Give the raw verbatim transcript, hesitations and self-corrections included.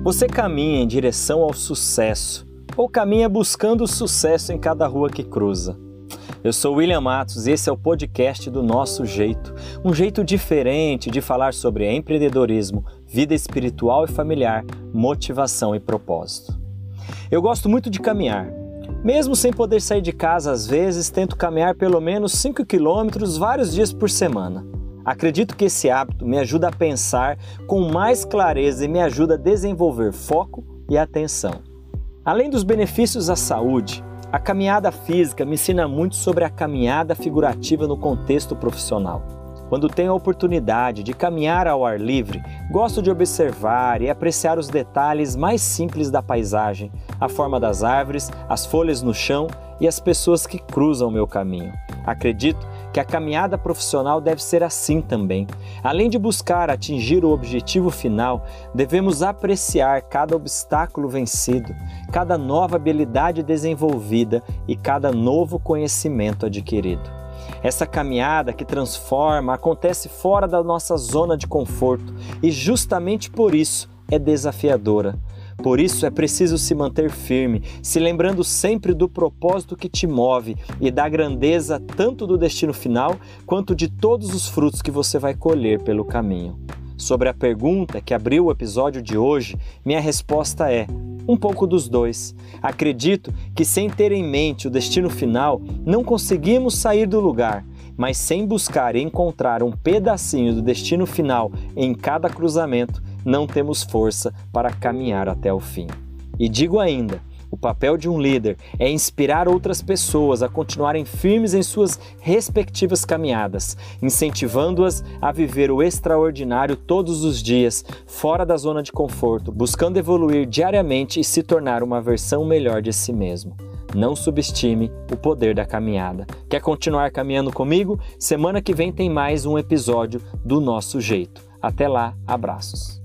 Você caminha em direção ao sucesso ou caminha buscando o sucesso em cada rua que cruza? Eu sou William Matos e esse é o podcast do Nosso Jeito, um jeito diferente de falar sobre empreendedorismo, vida espiritual e familiar, motivação e propósito. Eu gosto muito de caminhar. Mesmo sem poder sair de casa, às vezes tento caminhar pelo menos cinco quilômetros vários dias por semana. Acredito que esse hábito me ajuda a pensar com mais clareza e me ajuda a desenvolver foco e atenção. Além dos benefícios à saúde, a caminhada física me ensina muito sobre a caminhada figurativa no contexto profissional. Quando tenho a oportunidade de caminhar ao ar livre, gosto de observar e apreciar os detalhes mais simples da paisagem, a forma das árvores, as folhas no chão e as pessoas que cruzam o meu caminho. Acredito que a caminhada profissional deve ser assim também. Além de buscar atingir o objetivo final, devemos apreciar cada obstáculo vencido, cada nova habilidade desenvolvida e cada novo conhecimento adquirido. Essa caminhada que transforma acontece fora da nossa zona de conforto e justamente por isso é desafiadora. Por isso é preciso se manter firme, se lembrando sempre do propósito que te move e da grandeza tanto do destino final quanto de todos os frutos que você vai colher pelo caminho. Sobre a pergunta que abriu o episódio de hoje, minha resposta é: um pouco dos dois. Acredito que sem ter em mente o destino final, não conseguimos sair do lugar, mas sem buscar e encontrar um pedacinho do destino final em cada cruzamento, não temos força para caminhar até o fim. E digo ainda, o papel de um líder é inspirar outras pessoas a continuarem firmes em suas respectivas caminhadas, incentivando-as a viver o extraordinário todos os dias, fora da zona de conforto, buscando evoluir diariamente e se tornar uma versão melhor de si mesmo. Não subestime o poder da caminhada. Quer continuar caminhando comigo? Semana que vem tem mais um episódio do Nosso Jeito. Até lá, abraços.